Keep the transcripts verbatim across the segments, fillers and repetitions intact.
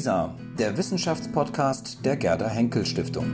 LISA, der Wissenschaftspodcast der Gerda Henkel Stiftung.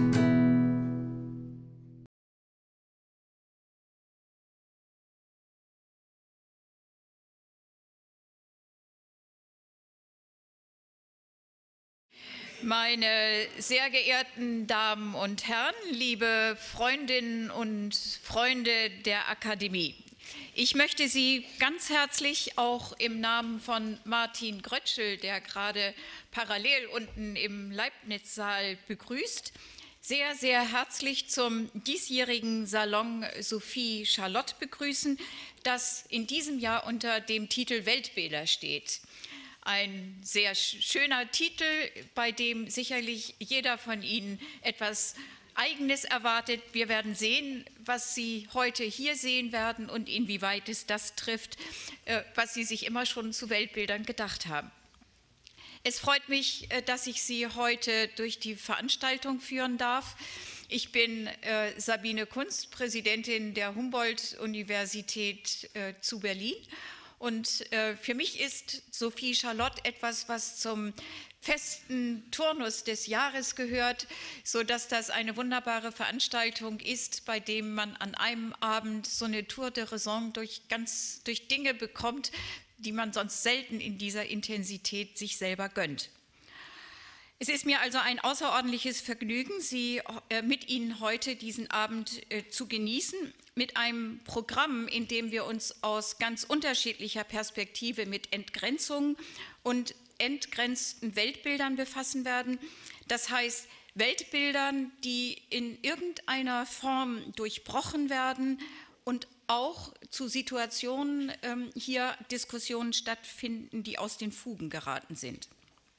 Meine sehr geehrten Damen und Herren, liebe Freundinnen und Freunde der Akademie, ich möchte Sie ganz herzlich auch im Namen von Martin Grötschel, der gerade parallel unten im Leibniz-Saal begrüßt, sehr, sehr herzlich zum diesjährigen Salon Sophie Charlotte begrüßen, das in diesem Jahr unter dem Titel Weltbilder steht. Ein sehr schöner Titel, bei dem sicherlich jeder von Ihnen etwas Eigenes erwartet. Wir werden sehen, was Sie heute hier sehen werden und inwieweit es das trifft, was Sie sich immer schon zu Weltbildern gedacht haben. Es freut mich, dass ich Sie heute durch die Veranstaltung führen darf. Ich bin äh, Sabine Kunst, Präsidentin der Humboldt-Universität äh, zu Berlin. Und äh, für mich ist Sophie Charlotte etwas, was zum festen Turnus des Jahres gehört, sodass das eine wunderbare Veranstaltung ist, bei dem man an einem Abend so eine Tour de Raison durch, ganz, durch Dinge bekommt, die man sonst selten in dieser Intensität sich selber gönnt. Es ist mir also ein außerordentliches Vergnügen, Sie, äh, mit Ihnen heute diesen Abend äh, zu genießen, mit einem Programm, in dem wir uns aus ganz unterschiedlicher Perspektive mit Entgrenzung und entgrenzten Weltbildern befassen werden. Das heißt, Weltbildern, die in irgendeiner Form durchbrochen werden und auch zu Situationen ähm, hier Diskussionen stattfinden, die aus den Fugen geraten sind.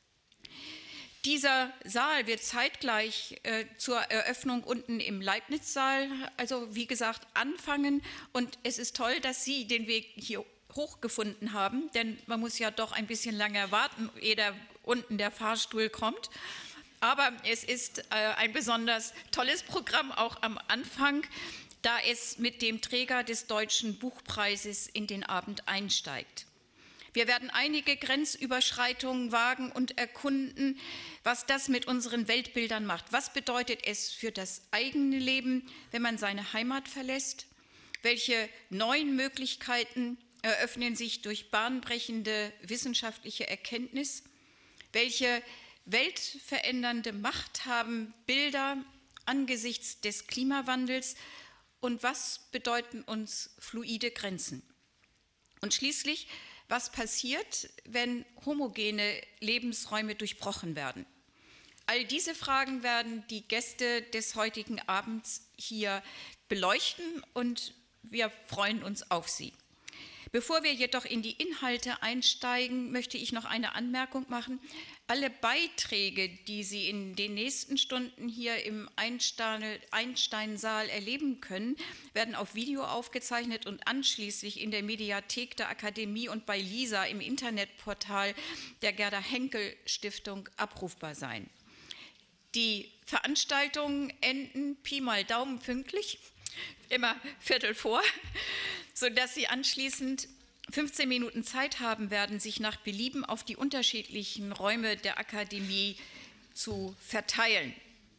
Dieser Saal wird zeitgleich äh, zur Eröffnung unten im Leibniz-Saal, also wie gesagt, anfangen. Und es ist toll, dass Sie den Weg hier hochgefunden haben, denn man muss ja doch ein bisschen lange warten, ehe da unten der Fahrstuhl kommt. Aber es ist äh, ein besonders tolles Programm auch am Anfang, da es mit dem Träger des Deutschen Buchpreises in den Abend einsteigt. Wir werden einige Grenzüberschreitungen wagen und erkunden, was das mit unseren Weltbildern macht. Was bedeutet es für das eigene Leben, wenn man seine Heimat verlässt? Welche neuen Möglichkeiten eröffnen sich durch bahnbrechende wissenschaftliche Erkenntnis? Welche weltverändernde Macht haben Bilder angesichts des Klimawandels? Und was bedeuten uns fluide Grenzen? Und schließlich, was passiert, wenn homogene Lebensräume durchbrochen werden? All diese Fragen werden die Gäste des heutigen Abends hier beleuchten und wir freuen uns auf sie. Bevor wir jedoch in die Inhalte einsteigen, möchte ich noch eine Anmerkung machen. Alle Beiträge, die Sie in den nächsten Stunden hier im Einstein-Saal erleben können, werden auf Video aufgezeichnet und anschließend in der Mediathek der Akademie und bei LISA im Internetportal der Gerda Henkel Stiftung abrufbar sein. Die Veranstaltungen enden Pi mal Daumen pünktlich, immer Viertel vor, sodass Sie anschließend fünfzehn Minuten Zeit haben werden, sich nach Belieben auf die unterschiedlichen Räume der Akademie zu verteilen.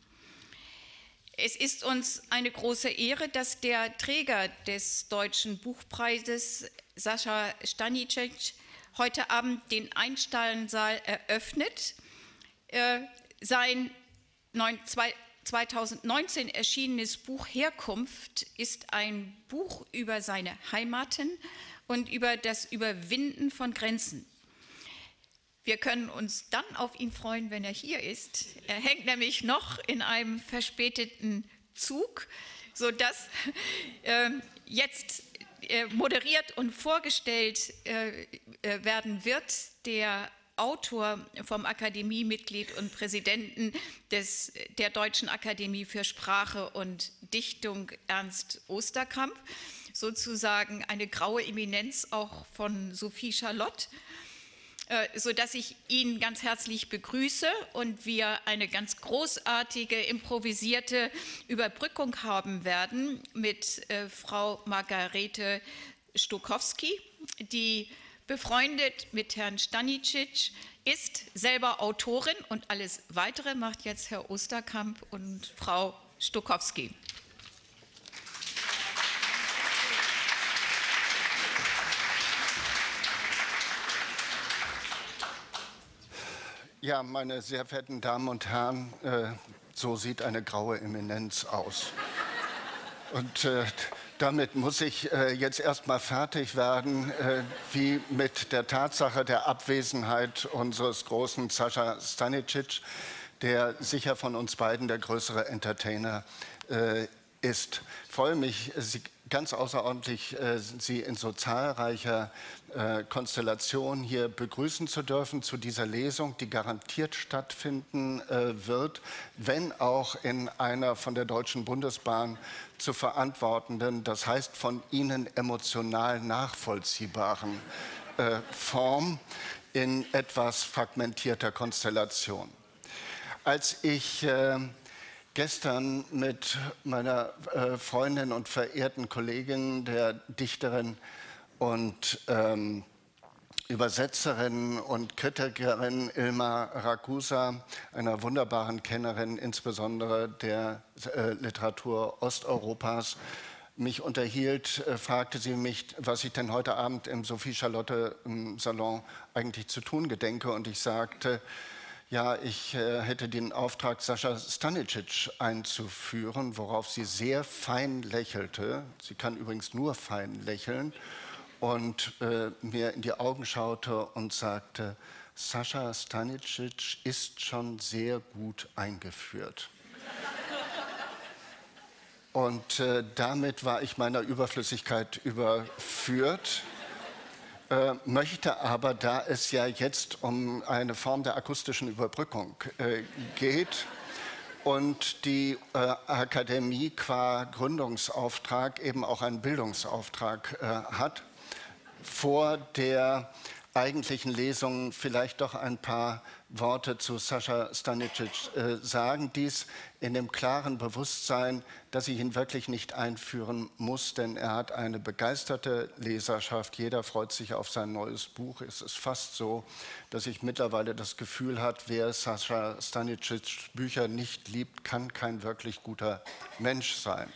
Es ist uns eine große Ehre, dass der Träger des Deutschen Buchpreises, Sascha Stanicek, heute Abend den Einstein-Saal eröffnet. Äh, sein zweitausendneunzehn erschienenes Buch Herkunft ist ein Buch über seine Heimaten und über das Überwinden von Grenzen. Wir können uns dann auf ihn freuen, wenn er hier ist. Er hängt nämlich noch in einem verspäteten Zug, sodass äh, jetzt äh, moderiert und vorgestellt äh, werden wird der Autor vom Akademiemitglied und Präsidenten des, der Deutschen Akademie für Sprache und Dichtung, Ernst Osterkamp, sozusagen eine graue Eminenz auch von Sophie Charlotte, äh, sodass ich ihn ganz herzlich begrüße und wir eine ganz großartige, improvisierte Überbrückung haben werden mit äh, Frau Margarete Stokowski, die befreundet mit Herrn Stanicek ist selber Autorin und alles Weitere macht jetzt Herr Osterkamp und Frau Stokowski. Ja, meine sehr verehrten Damen und Herren, äh, so sieht eine graue Eminenz aus. Und äh, damit muss ich äh, jetzt erstmal fertig werden, äh, wie mit der Tatsache der Abwesenheit unseres großen Sascha Stanicic, der sicher von uns beiden der größere Entertainer äh, ist. Ich freue mich, Sie ganz außerordentlich, äh, Sie in so zahlreicher äh, Konstellation hier begrüßen zu dürfen zu dieser Lesung, die garantiert stattfinden äh, wird, wenn auch in einer von der Deutschen Bundesbahn zu verantwortenden, das heißt von Ihnen emotional nachvollziehbaren äh, Form in etwas fragmentierter Konstellation. Als ich äh, gestern mit meiner äh, Freundin und verehrten Kollegin, der Dichterin und ähm, Übersetzerin und Kritikerin Ilma Ragusa, einer wunderbaren Kennerin insbesondere der äh, Literatur Osteuropas, mich unterhielt, äh, fragte sie mich, was ich denn heute Abend im Sophie-Charlotte-Salon eigentlich zu tun gedenke. Und ich sagte, ja, ich äh, hätte den Auftrag, Sascha Stanicic einzuführen, worauf sie sehr fein lächelte. Sie kann übrigens nur fein lächeln und äh, mir in die Augen schaute und sagte, Sascha Stanicic ist schon sehr gut eingeführt. Und äh, damit war ich meiner Überflüssigkeit überführt. Äh, möchte aber, da es ja jetzt um eine Form der akustischen Überbrückung äh, geht und die äh, Akademie qua Gründungsauftrag eben auch einen Bildungsauftrag äh, hat, vor der eigentlichen Lesung vielleicht doch ein paar Worte zu Sascha Stanicic äh, sagen. Dies in dem klaren Bewusstsein, dass ich ihn wirklich nicht einführen muss, denn er hat eine begeisterte Leserschaft. Jeder freut sich auf sein neues Buch. Es ist fast so, dass ich mittlerweile das Gefühl habe, wer Sascha Stanicic Bücher nicht liebt, kann kein wirklich guter Mensch sein.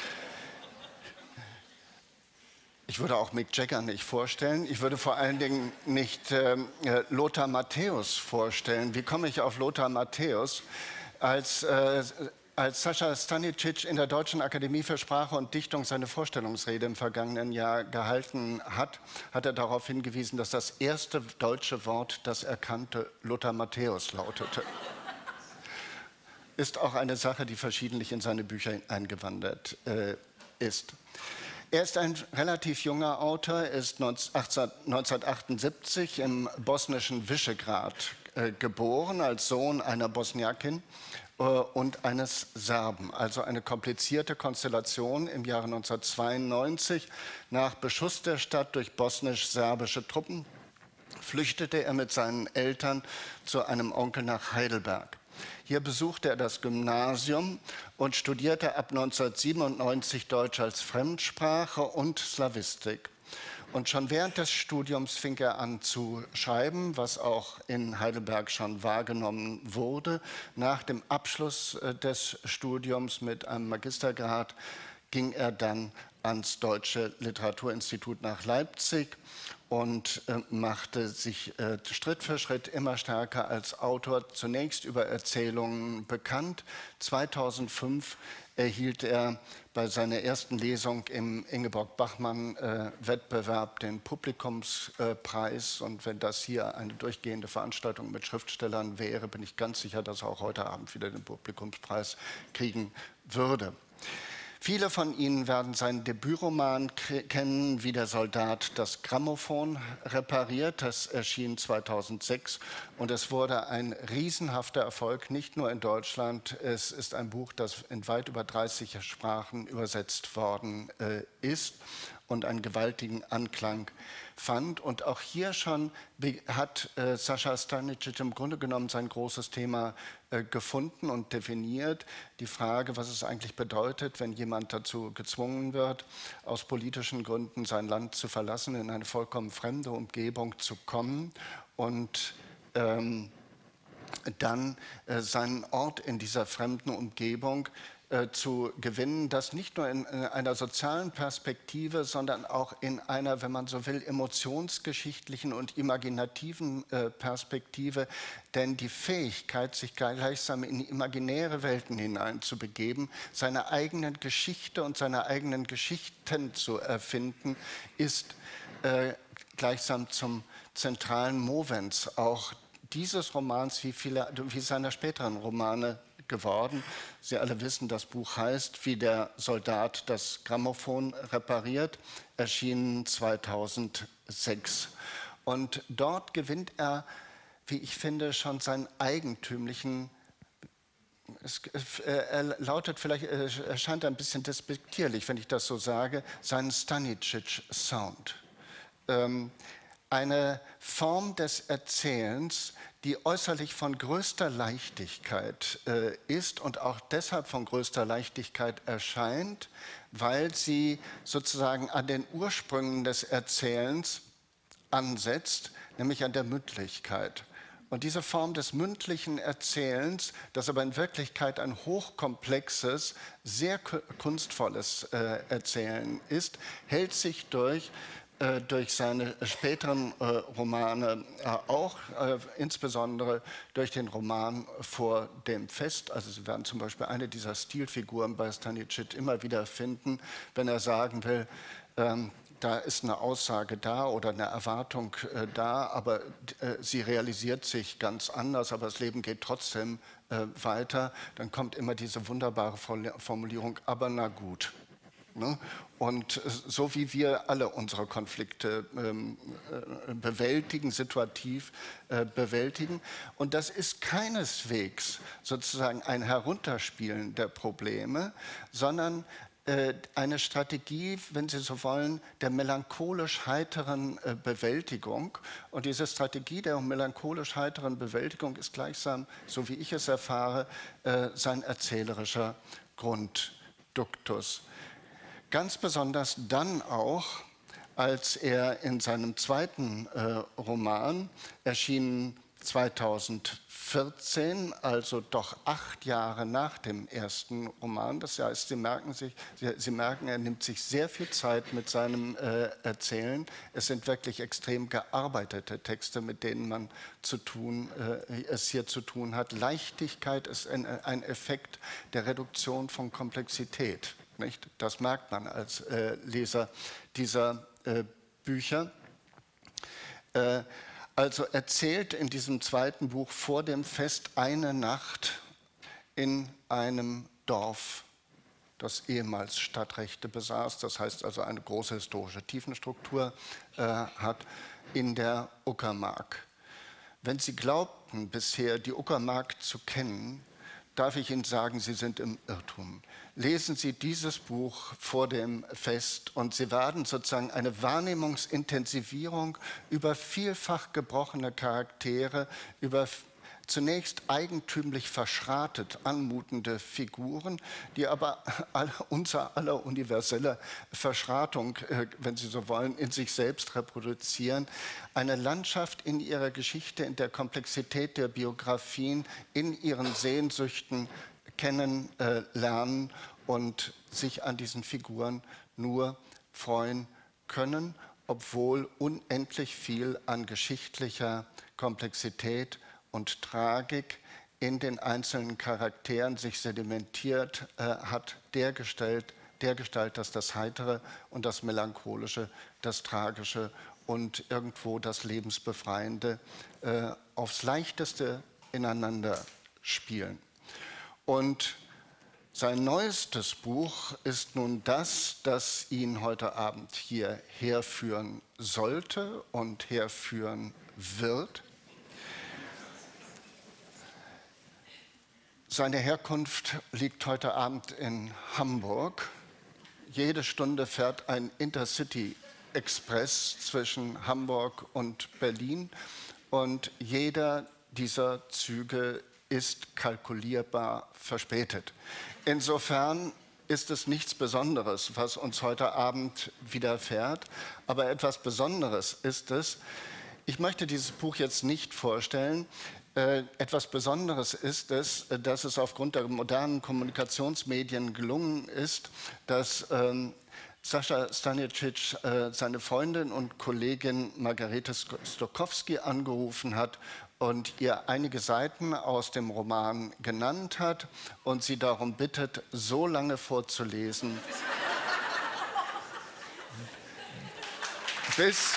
Ich würde auch Mick Jagger nicht vorstellen. Ich würde vor allen Dingen nicht äh, Lothar Matthäus vorstellen. Wie komme ich auf Lothar Matthäus? Als, äh, als Sascha Stanicic in der Deutschen Akademie für Sprache und Dichtung seine Vorstellungsrede im vergangenen Jahr gehalten hat, hat er darauf hingewiesen, dass das erste deutsche Wort, das er kannte, Lothar Matthäus lautete. Ist auch eine Sache, die verschiedentlich in seine Bücher eingewandert äh, ist. Er ist ein relativ junger Autor, er ist neunzehnhundertachtundsiebzig im bosnischen Visegrad äh, geboren, als Sohn einer Bosniakin äh, und eines Serben. Also eine komplizierte Konstellation. Im Jahre neunzehnhundertzweiundneunzig, nach Beschuss der Stadt durch bosnisch-serbische Truppen, flüchtete er mit seinen Eltern zu einem Onkel nach Heidelberg. Hier besuchte er das Gymnasium und studierte ab neunzehnhundertsiebenundneunzig Deutsch als Fremdsprache und Slawistik. Und schon während des Studiums fing er an zu schreiben, was auch in Heidelberg schon wahrgenommen wurde. Nach dem Abschluss des Studiums mit einem Magistergrad ging er dann ans Deutsche Literaturinstitut nach Leipzig und äh, machte sich äh, Schritt für Schritt immer stärker als Autor, zunächst über Erzählungen bekannt. zweitausendfünf erhielt er bei seiner ersten Lesung im Ingeborg-Bachmann-Wettbewerb äh, den Publikumspreis. Äh, und wenn das hier eine durchgehende Veranstaltung mit Schriftstellern wäre, bin ich ganz sicher, dass er auch heute Abend wieder den Publikumspreis kriegen würde. Viele von Ihnen werden seinen Debütroman kennen, Wie der Soldat das Grammophon repariert. Das erschien zweitausendsechs und es wurde ein riesenhafter Erfolg, nicht nur in Deutschland. Es ist ein Buch, das in weit über dreißig Sprachen übersetzt worden äh, ist und einen gewaltigen Anklang fand. Und auch hier schon hat äh, Sascha Stanicic im Grunde genommen sein großes Thema äh, gefunden und definiert. Die Frage, was es eigentlich bedeutet, wenn jemand dazu gezwungen wird, aus politischen Gründen sein Land zu verlassen, in eine vollkommen fremde Umgebung zu kommen und ähm, dann äh, seinen Ort in dieser fremden Umgebung äh, zu gewinnen, das nicht nur in, in einer sozialen Perspektive, sondern auch in einer, wenn man so will, emotionsgeschichtlichen und imaginativen äh, Perspektive. Denn die Fähigkeit, sich gleichsam in imaginäre Welten hineinzubegeben, seine eigenen Geschichte und seine eigenen Geschichten zu erfinden, ist äh, gleichsam zum zentralen Movens auch dieses Romans wie, viele, wie seiner späteren Romane geworden. Sie alle wissen, das Buch heißt Wie der Soldat das Grammophon repariert, erschienen zweitausendsechs. Und dort gewinnt er, wie ich finde, schon seinen eigentümlichen, es, er lautet vielleicht, er erscheint ein bisschen despektierlich, wenn ich das so sage, seinen Stanicic-Sound. Ähm, eine Form des Erzählens, die äußerlich von größter Leichtigkeit äh, ist und auch deshalb von größter Leichtigkeit erscheint, weil sie sozusagen an den Ursprüngen des Erzählens ansetzt, nämlich an der Mündlichkeit. Und diese Form des mündlichen Erzählens, das aber in Wirklichkeit ein hochkomplexes, sehr kunstvolles äh, Erzählen ist, hält sich durch durch seine späteren äh, Romane äh, auch, äh, insbesondere durch den Roman Vor dem Fest. Also Sie werden zum Beispiel eine dieser Stilfiguren bei Stanicic immer wieder finden, wenn er sagen will, ähm, da ist eine Aussage da oder eine Erwartung äh, da, aber äh, sie realisiert sich ganz anders, aber das Leben geht trotzdem äh, weiter. Dann kommt immer diese wunderbare Formulierung, aber na gut. Und so wie wir alle unsere Konflikte ähm, äh, bewältigen, situativ äh, bewältigen. Und das ist keineswegs sozusagen ein Herunterspielen der Probleme, sondern äh, eine Strategie, wenn Sie so wollen, der melancholisch-heiteren äh, Bewältigung. Und diese Strategie der melancholisch-heiteren Bewältigung ist gleichsam, so wie ich es erfahre, äh, sein erzählerischer Grundduktus. Ganz besonders dann auch, als er in seinem zweiten äh, Roman, erschienen zweitausendvierzehn, also doch acht Jahre nach dem ersten Roman, das heißt, Sie merken, sich, Sie, Sie merken, er nimmt sich sehr viel Zeit mit seinem äh, Erzählen. Es sind wirklich extrem gearbeitete Texte, mit denen man zu tun, äh, es hier zu tun hat. Leichtigkeit ist ein, ein Effekt der Reduktion von Komplexität. Nicht? Das merkt man als äh, Leser dieser äh, Bücher. Äh, also erzählt in diesem zweiten Buch Vor dem Fest eine Nacht in einem Dorf, das ehemals Stadtrechte besaß, das heißt also eine große historische Tiefenstruktur äh, hat, in der Uckermark. Wenn Sie glaubten bisher die Uckermark zu kennen, darf ich Ihnen sagen, Sie sind im Irrtum. Lesen Sie dieses Buch Vor dem Fest und Sie werden sozusagen eine Wahrnehmungsintensivierung über vielfach gebrochene Charaktere, über zunächst eigentümlich verschratet anmutende Figuren, die aber alle, unser aller universelle Verschratung, äh, wenn Sie so wollen, in sich selbst reproduzieren. Eine Landschaft in ihrer Geschichte, in der Komplexität der Biografien, in ihren Sehnsüchten kennenlernen und sich an diesen Figuren nur freuen können, obwohl unendlich viel an geschichtlicher Komplexität und Tragik in den einzelnen Charakteren sich sedimentiert äh, hat, dergestalt, dergestalt, dass das Heitere und das Melancholische, das Tragische und irgendwo das Lebensbefreiende äh, aufs Leichteste ineinander spielen. Und sein neuestes Buch ist nun das, das ihn heute Abend hier herführen sollte und herführen wird. Seine Herkunft liegt heute Abend in Hamburg. Jede Stunde fährt ein Intercity-Express zwischen Hamburg und Berlin und jeder dieser Züge ist kalkulierbar verspätet. Insofern ist es nichts Besonderes, was uns heute Abend widerfährt, aber etwas Besonderes ist es, Ich möchte dieses Buch jetzt nicht vorstellen. Äh, etwas Besonderes ist es, dass es aufgrund der modernen Kommunikationsmedien gelungen ist, dass ähm, Sascha Stanicic äh, seine Freundin und Kollegin Margarete Stokowski angerufen hat und ihr einige Seiten aus dem Roman genannt hat und sie darum bittet, so lange vorzulesen, bis,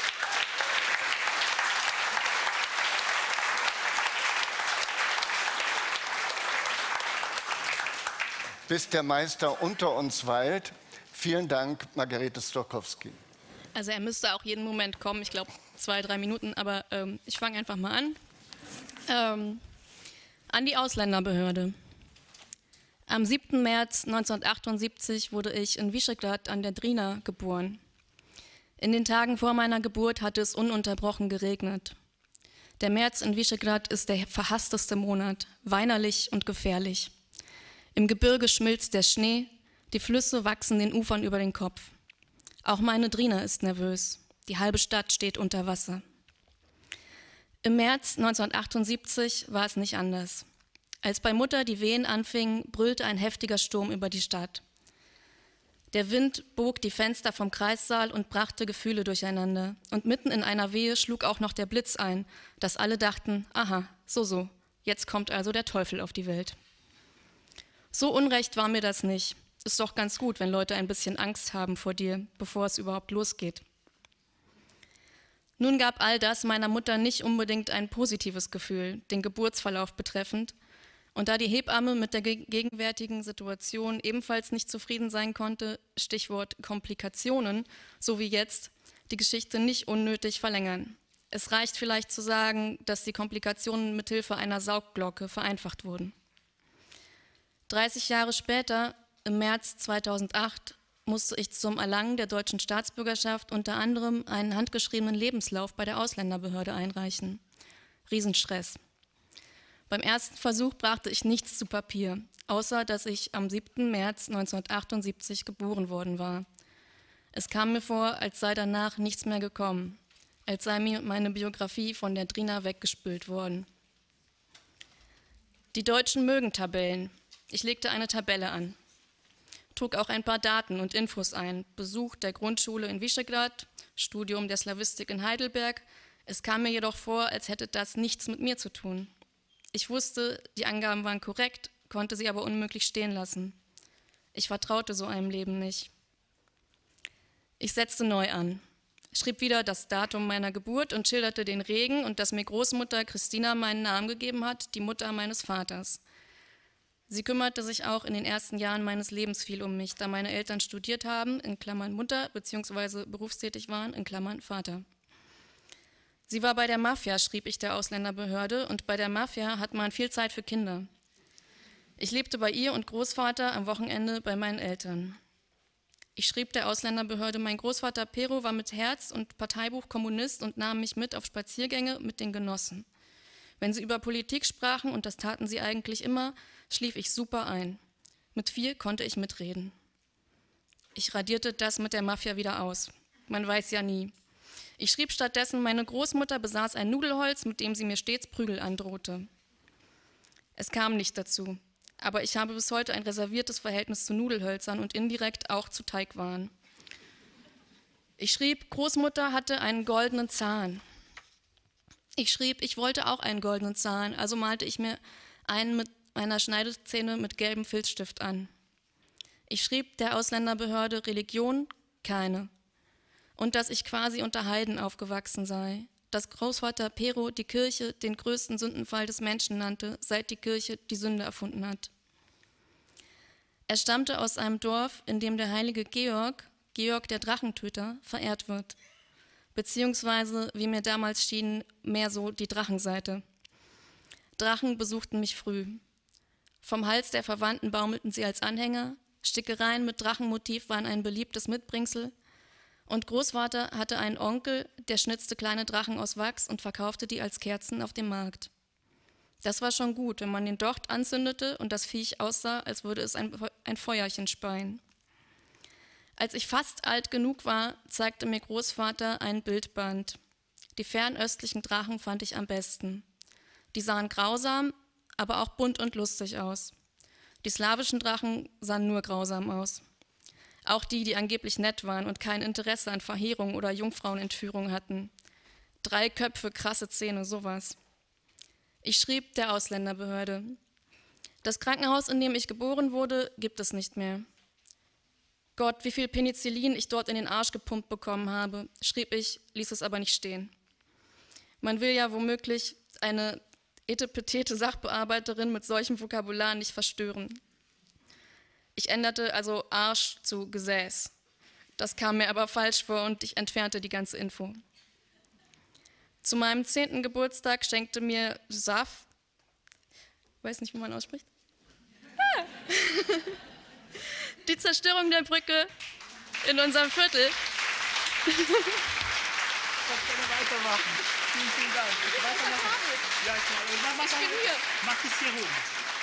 bis der Meister unter uns weilt. Vielen Dank, Margarete Stokowski. Also er müsste auch jeden Moment kommen, ich glaube zwei, drei Minuten, aber ähm, ich fange einfach mal an. Ähm, an die Ausländerbehörde. Am siebten März neunzehnhundertachtundsiebzig wurde ich in Vyšehrad an der Drina geboren. In den Tagen vor meiner Geburt hatte es ununterbrochen geregnet. Der März in Vyšehrad ist der verhassteste Monat, weinerlich und gefährlich. Im Gebirge schmilzt der Schnee, die Flüsse wachsen den Ufern über den Kopf. Auch meine Drina ist nervös, die halbe Stadt steht unter Wasser. Im März neunzehnhundertachtundsiebzig war es nicht anders. Als bei Mutter die Wehen anfingen, brüllte ein heftiger Sturm über die Stadt. Der Wind bog die Fenster vom Kreissaal und brachte Gefühle durcheinander. Und mitten in einer Wehe schlug auch noch der Blitz ein, dass alle dachten, aha, so, so, jetzt kommt also der Teufel auf die Welt. So unrecht war mir das nicht. Ist doch ganz gut, wenn Leute ein bisschen Angst haben vor dir, bevor es überhaupt losgeht. Nun gab all das meiner Mutter nicht unbedingt ein positives Gefühl, den Geburtsverlauf betreffend. Und da die Hebamme mit der gegenwärtigen Situation ebenfalls nicht zufrieden sein konnte, Stichwort Komplikationen, so wie jetzt, die Geschichte nicht unnötig verlängern. Es reicht vielleicht zu sagen, dass die Komplikationen mithilfe einer Saugglocke vereinfacht wurden. dreißig Jahre später, im März zweitausendacht, musste ich zum Erlangen der deutschen Staatsbürgerschaft unter anderem einen handgeschriebenen Lebenslauf bei der Ausländerbehörde einreichen. Riesenstress. Beim ersten Versuch brachte ich nichts zu Papier, außer dass ich am siebten März neunzehnhundertachtundsiebzig geboren worden war. Es kam mir vor, als sei danach nichts mehr gekommen, als sei mir meine Biografie von der Drina weggespült worden. Die Deutschen mögen Tabellen. Ich legte eine Tabelle an, trug auch ein paar Daten und Infos ein, Besuch der Grundschule in Vyšehrad, Studium der Slawistik in Heidelberg. Es kam mir jedoch vor, als hätte das nichts mit mir zu tun. Ich wusste, die Angaben waren korrekt, konnte sie aber unmöglich stehen lassen. Ich vertraute so einem Leben nicht. Ich setzte neu an, schrieb wieder das Datum meiner Geburt und schilderte den Regen und dass mir Großmutter Christina meinen Namen gegeben hat, die Mutter meines Vaters. Sie kümmerte sich auch in den ersten Jahren meines Lebens viel um mich, da meine Eltern studiert haben, in Klammern Mutter, beziehungsweise berufstätig waren, in Klammern Vater. Sie war bei der Mafia, schrieb ich der Ausländerbehörde, und bei der Mafia hat man viel Zeit für Kinder. Ich lebte bei ihr und Großvater am Wochenende bei meinen Eltern. Ich schrieb der Ausländerbehörde, mein Großvater Pero war mit Herz und Parteibuch Kommunist und nahm mich mit auf Spaziergänge mit den Genossen. Wenn sie über Politik sprachen, und das taten sie eigentlich immer, schlief ich super ein. Mit vier konnte ich mitreden. Ich radierte das mit der Mafia wieder aus. Man weiß ja nie. Ich schrieb stattdessen, meine Großmutter besaß ein Nudelholz, mit dem sie mir stets Prügel androhte. Es kam nicht dazu, aber ich habe bis heute ein reserviertes Verhältnis zu Nudelhölzern und indirekt auch zu Teigwaren. Ich schrieb, Großmutter hatte einen goldenen Zahn. Ich schrieb, ich wollte auch einen goldenen Zahn, also malte ich mir einen mit einer Schneidezähne mit gelbem Filzstift an. Ich schrieb der Ausländerbehörde, Religion, keine. Und dass ich quasi unter Heiden aufgewachsen sei. Dass Großvater Pero die Kirche den größten Sündenfall des Menschen nannte, seit die Kirche die Sünde erfunden hat. Er stammte aus einem Dorf, in dem der heilige Georg, Georg der Drachentöter, verehrt wird. Beziehungsweise, wie mir damals schien, mehr so die Drachenseite. Drachen besuchten mich früh. Vom Hals der Verwandten baumelten sie als Anhänger, Stickereien mit Drachenmotiv waren ein beliebtes Mitbringsel und Großvater hatte einen Onkel, der schnitzte kleine Drachen aus Wachs und verkaufte die als Kerzen auf dem Markt. Das war schon gut, wenn man den Docht anzündete und das Viech aussah, als würde es ein, ein Feuerchen speien. Als ich fast alt genug war, zeigte mir Großvater ein Bildband. Die fernöstlichen Drachen fand ich am besten. Die sahen grausam, aber auch bunt und lustig aus. Die slawischen Drachen sahen nur grausam aus. Auch die, die angeblich nett waren und kein Interesse an Verheerung oder Jungfrauenentführung hatten. Drei Köpfe, krasse Zähne, sowas. Ich schrieb der Ausländerbehörde. Das Krankenhaus, in dem ich geboren wurde, gibt es nicht mehr. Gott, wie viel Penicillin ich dort in den Arsch gepumpt bekommen habe, schrieb ich, ließ es aber nicht stehen. Man will ja womöglich eine etepetete Sachbearbeiterin mit solchem Vokabular nicht verstören. Ich änderte also Arsch zu Gesäß. Das kam mir aber falsch vor und ich entfernte die ganze Info. Zu meinem zehnten Geburtstag schenkte mir Saf, weiß nicht, wie man ausspricht, ah. die Zerstörung der Brücke in unserem Viertel. Ich kann weitermachen. Vielen, vielen Dank. Ich weitermachen. Ja, ich, mach, mach, Ich bin hier. Mach es hier rum.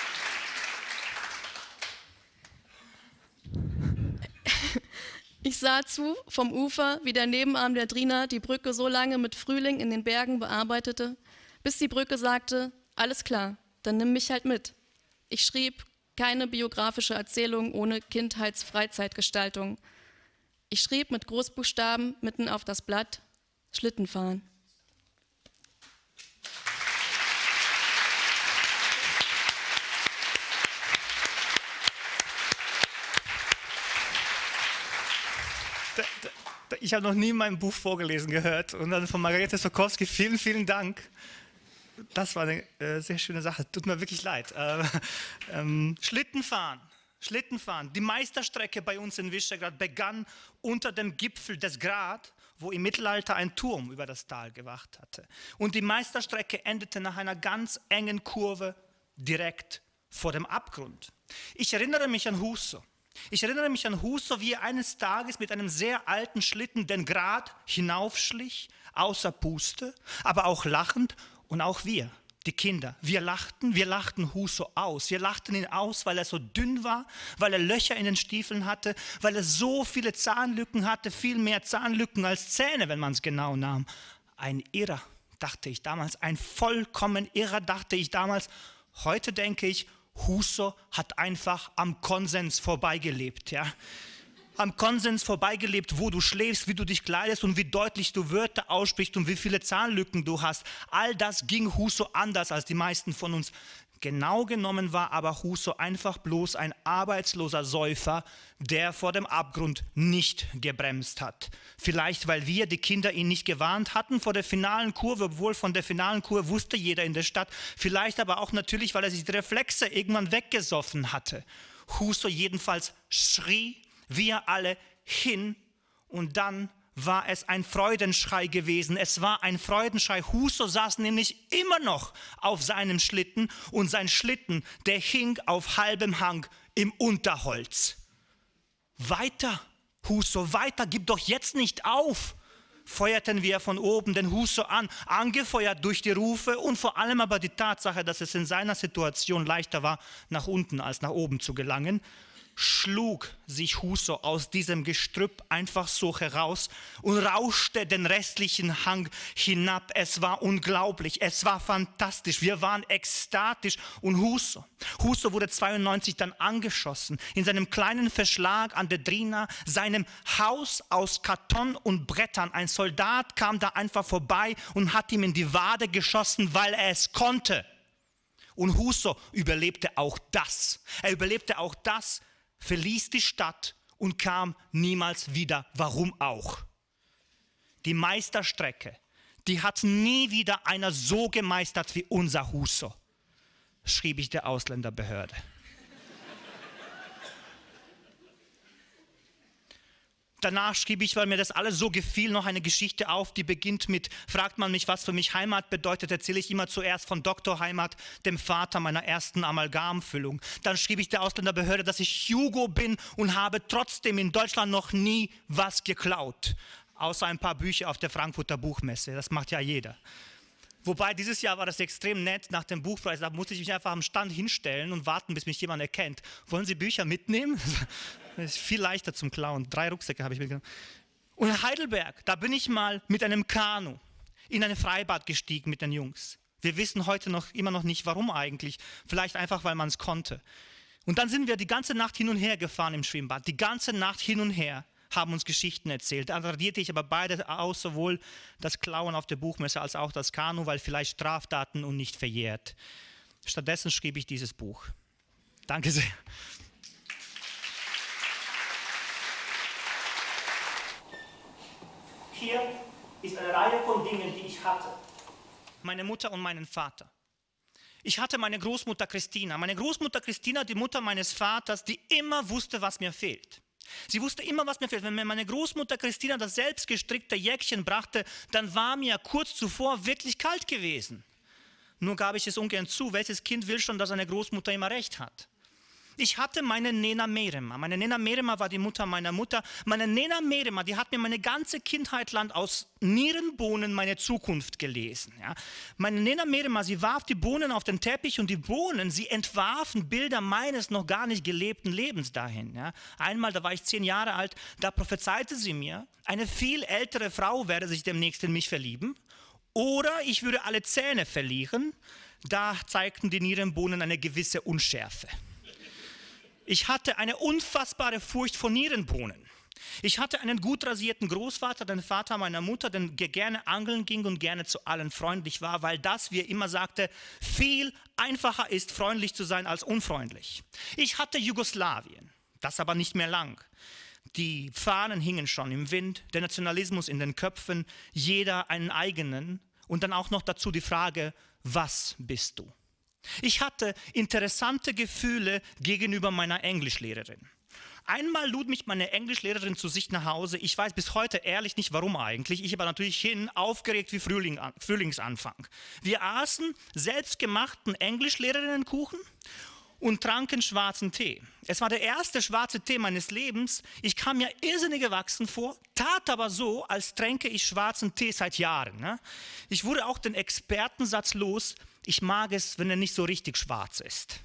Ich sah zu, vom Ufer, wie der Nebenarm der Drina die Brücke so lange mit Frühling in den Bergen bearbeitete, bis die Brücke sagte, alles klar, dann nimm mich halt mit. Ich schrieb keine biografische Erzählung ohne Kindheitsfreizeitgestaltung. Ich schrieb mit Großbuchstaben mitten auf das Blatt, Schlittenfahren. Ich habe noch nie mein Buch vorgelesen gehört und dann von Margarete Sokowski, vielen, vielen Dank. Das war eine äh, sehr schöne Sache, tut mir wirklich leid. Äh, ähm, Schlittenfahren, Schlittenfahren. Die Meisterstrecke bei uns in Vyšehrad begann unter dem Gipfel des Grad, wo im Mittelalter ein Turm über das Tal gewacht hatte. Und die Meisterstrecke endete nach einer ganz engen Kurve direkt vor dem Abgrund. Ich erinnere mich an Huso. Ich erinnere mich an Huso, wie er eines Tages mit einem sehr alten Schlitten den Grat hinaufschlich, außer Puste, aber auch lachend, und auch wir, die Kinder, wir lachten, wir lachten Huso aus. Wir lachten ihn aus, weil er so dünn war, weil er Löcher in den Stiefeln hatte, weil er so viele Zahnlücken hatte, viel mehr Zahnlücken als Zähne, wenn man es genau nahm. Ein Irrer, dachte ich damals, ein vollkommen Irrer, dachte ich damals. Heute denke ich, Huso hat einfach am Konsens vorbeigelebt, ja. Am Konsens vorbeigelebt, wo du schläfst, wie du dich kleidest und wie deutlich du Wörter aussprichst und wie viele Zahnlücken du hast. All das ging Huso anders als die meisten von uns. Genau genommen war aber Huso einfach bloß ein arbeitsloser Säufer, der vor dem Abgrund nicht gebremst hat. Vielleicht, weil wir, die Kinder, ihn nicht gewarnt hatten vor der finalen Kurve, obwohl von der finalen Kurve wusste jeder in der Stadt. Vielleicht aber auch natürlich, weil er sich die Reflexe irgendwann weggesoffen hatte. Huso jedenfalls schrie wir alle hin und dann war es ein Freudenschrei gewesen. Es war ein Freudenschrei. Huso saß nämlich immer noch auf seinem Schlitten und sein Schlitten, der hing auf halbem Hang im Unterholz. Weiter, Huso, weiter, gib doch jetzt nicht auf, feuerten wir von oben den Huso an, angefeuert durch die Rufe und vor allem aber die Tatsache, dass es in seiner Situation leichter war, nach unten als nach oben zu gelangen. Schlug sich Huso aus diesem Gestrüpp einfach so heraus und rauschte den restlichen Hang hinab. Es war unglaublich, es war fantastisch, wir waren ekstatisch. Und Huso, Huso wurde zweiundneunzig dann angeschossen, in seinem kleinen Verschlag an der Drina, seinem Haus aus Karton und Brettern. Ein Soldat kam da einfach vorbei und hat ihm in die Wade geschossen, weil er es konnte. Und Huso überlebte auch das. Er überlebte auch das, verließ die Stadt und kam niemals wieder. Warum auch? Die Meisterstrecke, die hat nie wieder einer so gemeistert wie unser Huso, schrieb ich der Ausländerbehörde. Danach schrieb ich, weil mir das alles so gefiel, noch eine Geschichte auf, die beginnt mit, fragt man mich, was für mich Heimat bedeutet, erzähle ich immer zuerst von Doktor Heimat, dem Vater meiner ersten Amalgamfüllung. Dann schrieb ich der Ausländerbehörde, dass ich Jugo bin und habe trotzdem in Deutschland noch nie was geklaut. Außer ein paar Bücher auf der Frankfurter Buchmesse, das macht ja jeder. Wobei dieses Jahr war das extrem nett, nach dem Buchpreis, da musste ich mich einfach am Stand hinstellen und warten, bis mich jemand erkennt. Wollen Sie Bücher mitnehmen? Das ist viel leichter zum Klauen. Drei Rucksäcke habe ich mitgenommen. Und in Heidelberg, da bin ich mal mit einem Kanu in ein Freibad gestiegen mit den Jungs. Wir wissen heute noch immer noch nicht, warum eigentlich. Vielleicht einfach, weil man es konnte. Und dann sind wir die ganze Nacht hin und her gefahren im Schwimmbad. Die ganze Nacht hin und her haben uns Geschichten erzählt. Da radierte ich aber beide aus, sowohl das Klauen auf der Buchmesse als auch das Kanu, weil vielleicht Straftaten und nicht verjährt. Stattdessen schrieb ich dieses Buch. Danke sehr. Hier ist eine Reihe von Dingen, die ich hatte. Meine Mutter und meinen Vater. Ich hatte meine Großmutter Christina. Meine Großmutter Christina, die Mutter meines Vaters, die immer wusste, was mir fehlt. Sie wusste immer, was mir fehlt. Wenn mir meine Großmutter Christina das selbstgestrickte Jäckchen brachte, dann war mir kurz zuvor wirklich kalt gewesen. Nur gab ich es ungern zu. Welches Kind will schon, dass seine Großmutter immer recht hat? Ich hatte meine Nena Merema. Meine Nena Merema war die Mutter meiner Mutter. Meine Nena Merema, die hat mir meine ganze Kindheit lang aus Nierenbohnen meine Zukunft gelesen. Ja. Meine Nena Merema, sie warf die Bohnen auf den Teppich und die Bohnen, sie entwarfen Bilder meines noch gar nicht gelebten Lebens dahin. Ja. Einmal, da war ich zehn Jahre alt, da prophezeite sie mir, eine viel ältere Frau werde sich demnächst in mich verlieben oder ich würde alle Zähne verlieren. Da zeigten die Nierenbohnen eine gewisse Unschärfe. Ich hatte eine unfassbare Furcht vor Nierenbohnen. Ich hatte einen gut rasierten Großvater, den Vater meiner Mutter, der gerne angeln ging und gerne zu allen freundlich war, weil das, wie er immer sagte, viel einfacher ist, freundlich zu sein als unfreundlich. Ich hatte Jugoslawien, das aber nicht mehr lang. Die Fahnen hingen schon im Wind, der Nationalismus in den Köpfen, jeder einen eigenen und dann auch noch dazu die Frage, was bist du? Ich hatte interessante Gefühle gegenüber meiner Englischlehrerin. Einmal lud mich meine Englischlehrerin zu sich nach Hause. Ich weiß bis heute ehrlich nicht, warum eigentlich. Ich war natürlich hin, aufgeregt wie Frühling, Frühlingsanfang. Wir aßen selbstgemachten Englischlehrerinnenkuchen und tranken schwarzen Tee. Es war der erste schwarze Tee meines Lebens. Ich kam mir irrsinnig gewachsen vor, tat aber so, als tränke ich schwarzen Tee seit Jahren. Ne? Ich wurde auch den Expertensatz los, ich mag es, wenn er nicht so richtig schwarz ist.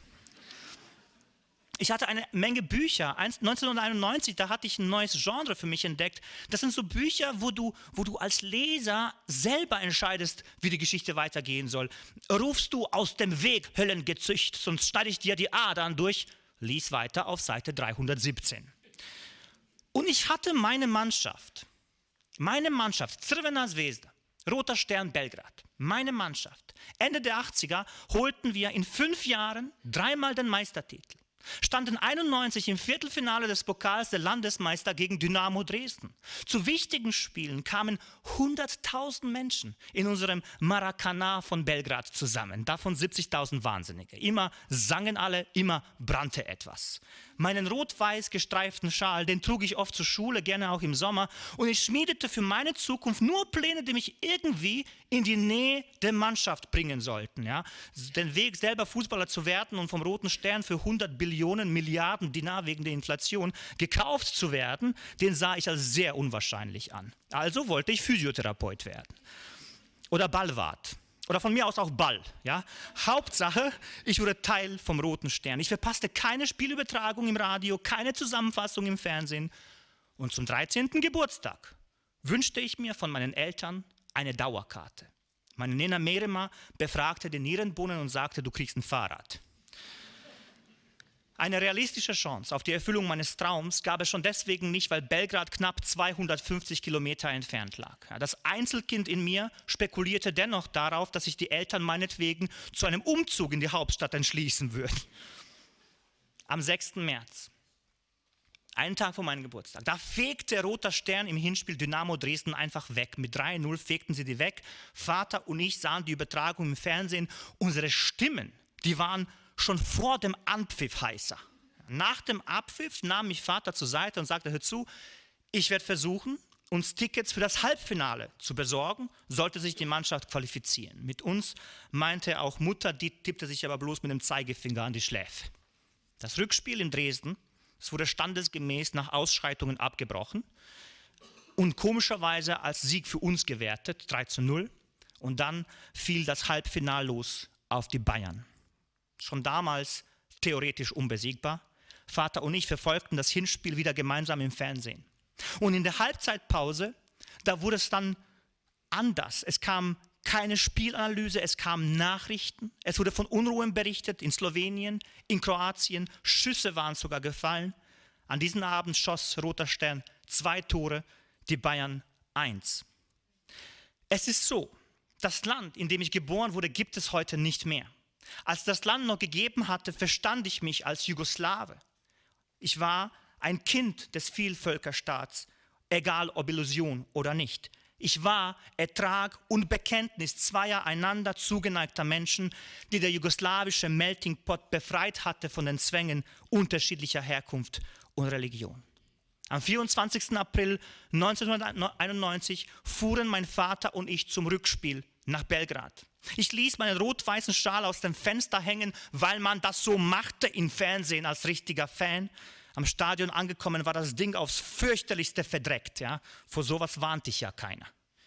Ich hatte eine Menge Bücher. neunzehnhunderteinundneunzig, da hatte ich ein neues Genre für mich entdeckt. Das sind so Bücher, wo du, wo du als Leser selber entscheidest, wie die Geschichte weitergehen soll. Rufst du aus dem Weg, Höllengezücht, sonst schneide ich dir die Adern durch. Lies weiter auf Seite dreihundertsiebzehn. Und ich hatte meine Mannschaft, meine Mannschaft, Crvena Zvezda, Roter Stern Belgrad, meine Mannschaft. Ende der achtziger holten wir in fünf Jahren dreimal den Meistertitel. Standen einundneunzig im Viertelfinale des Pokals der Landesmeister gegen Dynamo Dresden. Zu wichtigen Spielen kamen hunderttausend Menschen in unserem Maracanã von Belgrad zusammen. Davon siebzigtausend Wahnsinnige. Immer sangen alle, immer brannte etwas. Meinen rot-weiß gestreiften Schal, den trug ich oft zur Schule, gerne auch im Sommer. Und ich schmiedete für meine Zukunft nur Pläne, die mich irgendwie in die Nähe der Mannschaft bringen sollten. Ja? Den Weg, selber Fußballer zu werden und vom Roten Stern für hundert Billionen, Milliarden Dinar wegen der Inflation gekauft zu werden, den sah ich als sehr unwahrscheinlich an. Also wollte ich Physiotherapeut werden. Oder Ballwart. Oder von mir aus auch Ball. Ja? Hauptsache, ich wurde Teil vom Roten Stern. Ich verpasste keine Spielübertragung im Radio, keine Zusammenfassung im Fernsehen. Und zum dreizehnten Geburtstag wünschte ich mir von meinen Eltern eine Dauerkarte. Meine Nena Merema befragte den Nierenbohnen und sagte, du kriegst ein Fahrrad. Eine realistische Chance auf die Erfüllung meines Traums gab es schon deswegen nicht, weil Belgrad knapp zweihundertfünfzig Kilometer entfernt lag. Das Einzelkind in mir spekulierte dennoch darauf, dass sich die Eltern meinetwegen zu einem Umzug in die Hauptstadt entschließen würden. Am sechsten März, einen Tag vor meinem Geburtstag, da fegte Roter Stern im Hinspiel Dynamo Dresden einfach weg. Mit drei null fegten sie die weg. Vater und ich sahen die Übertragung im Fernsehen. Unsere Stimmen, die waren schon vor dem Anpfiff heißer. Nach dem Abpfiff nahm mich Vater zur Seite und sagte, hör zu, ich werde versuchen, uns Tickets für das Halbfinale zu besorgen, sollte sich die Mannschaft qualifizieren. Mit uns meinte auch Mutter, die tippte sich aber bloß mit dem Zeigefinger an die Schläfe. Das Rückspiel in Dresden, es wurde standesgemäß nach Ausschreitungen abgebrochen und komischerweise als Sieg für uns gewertet, drei zu null. Und dann fiel das Halbfinale los auf die Bayern. Schon damals theoretisch unbesiegbar. Vater und ich verfolgten das Hinspiel wieder gemeinsam im Fernsehen. Und in der Halbzeitpause, da wurde es dann anders. Es kam keine Spielanalyse, es kamen Nachrichten. Es wurde von Unruhen berichtet in Slowenien, in Kroatien. Schüsse waren sogar gefallen. An diesem Abend schoss Roter Stern zwei Tore, die Bayern eins. Es ist so, das Land, in dem ich geboren wurde, gibt es heute nicht mehr. Als das Land noch gegeben hatte, verstand ich mich als Jugoslawe. Ich war ein Kind des Vielvölkerstaats, egal ob Illusion oder nicht. Ich war Ertrag und Bekenntnis zweier einander zugeneigter Menschen, die der jugoslawische Melting Pot befreit hatte von den Zwängen unterschiedlicher Herkunft und Religion. Am vierundzwanzigsten April neunzehnhunderteinundneunzig fuhren mein Vater und ich zum Rückspiel nach Belgrad. Ich ließ meinen rot-weißen Schal aus dem Fenster hängen, weil man das so machte im Fernsehen als richtiger Fan. Am Stadion angekommen war das Ding aufs fürchterlichste verdreckt. Ja? Vor sowas warnte ich ja keiner.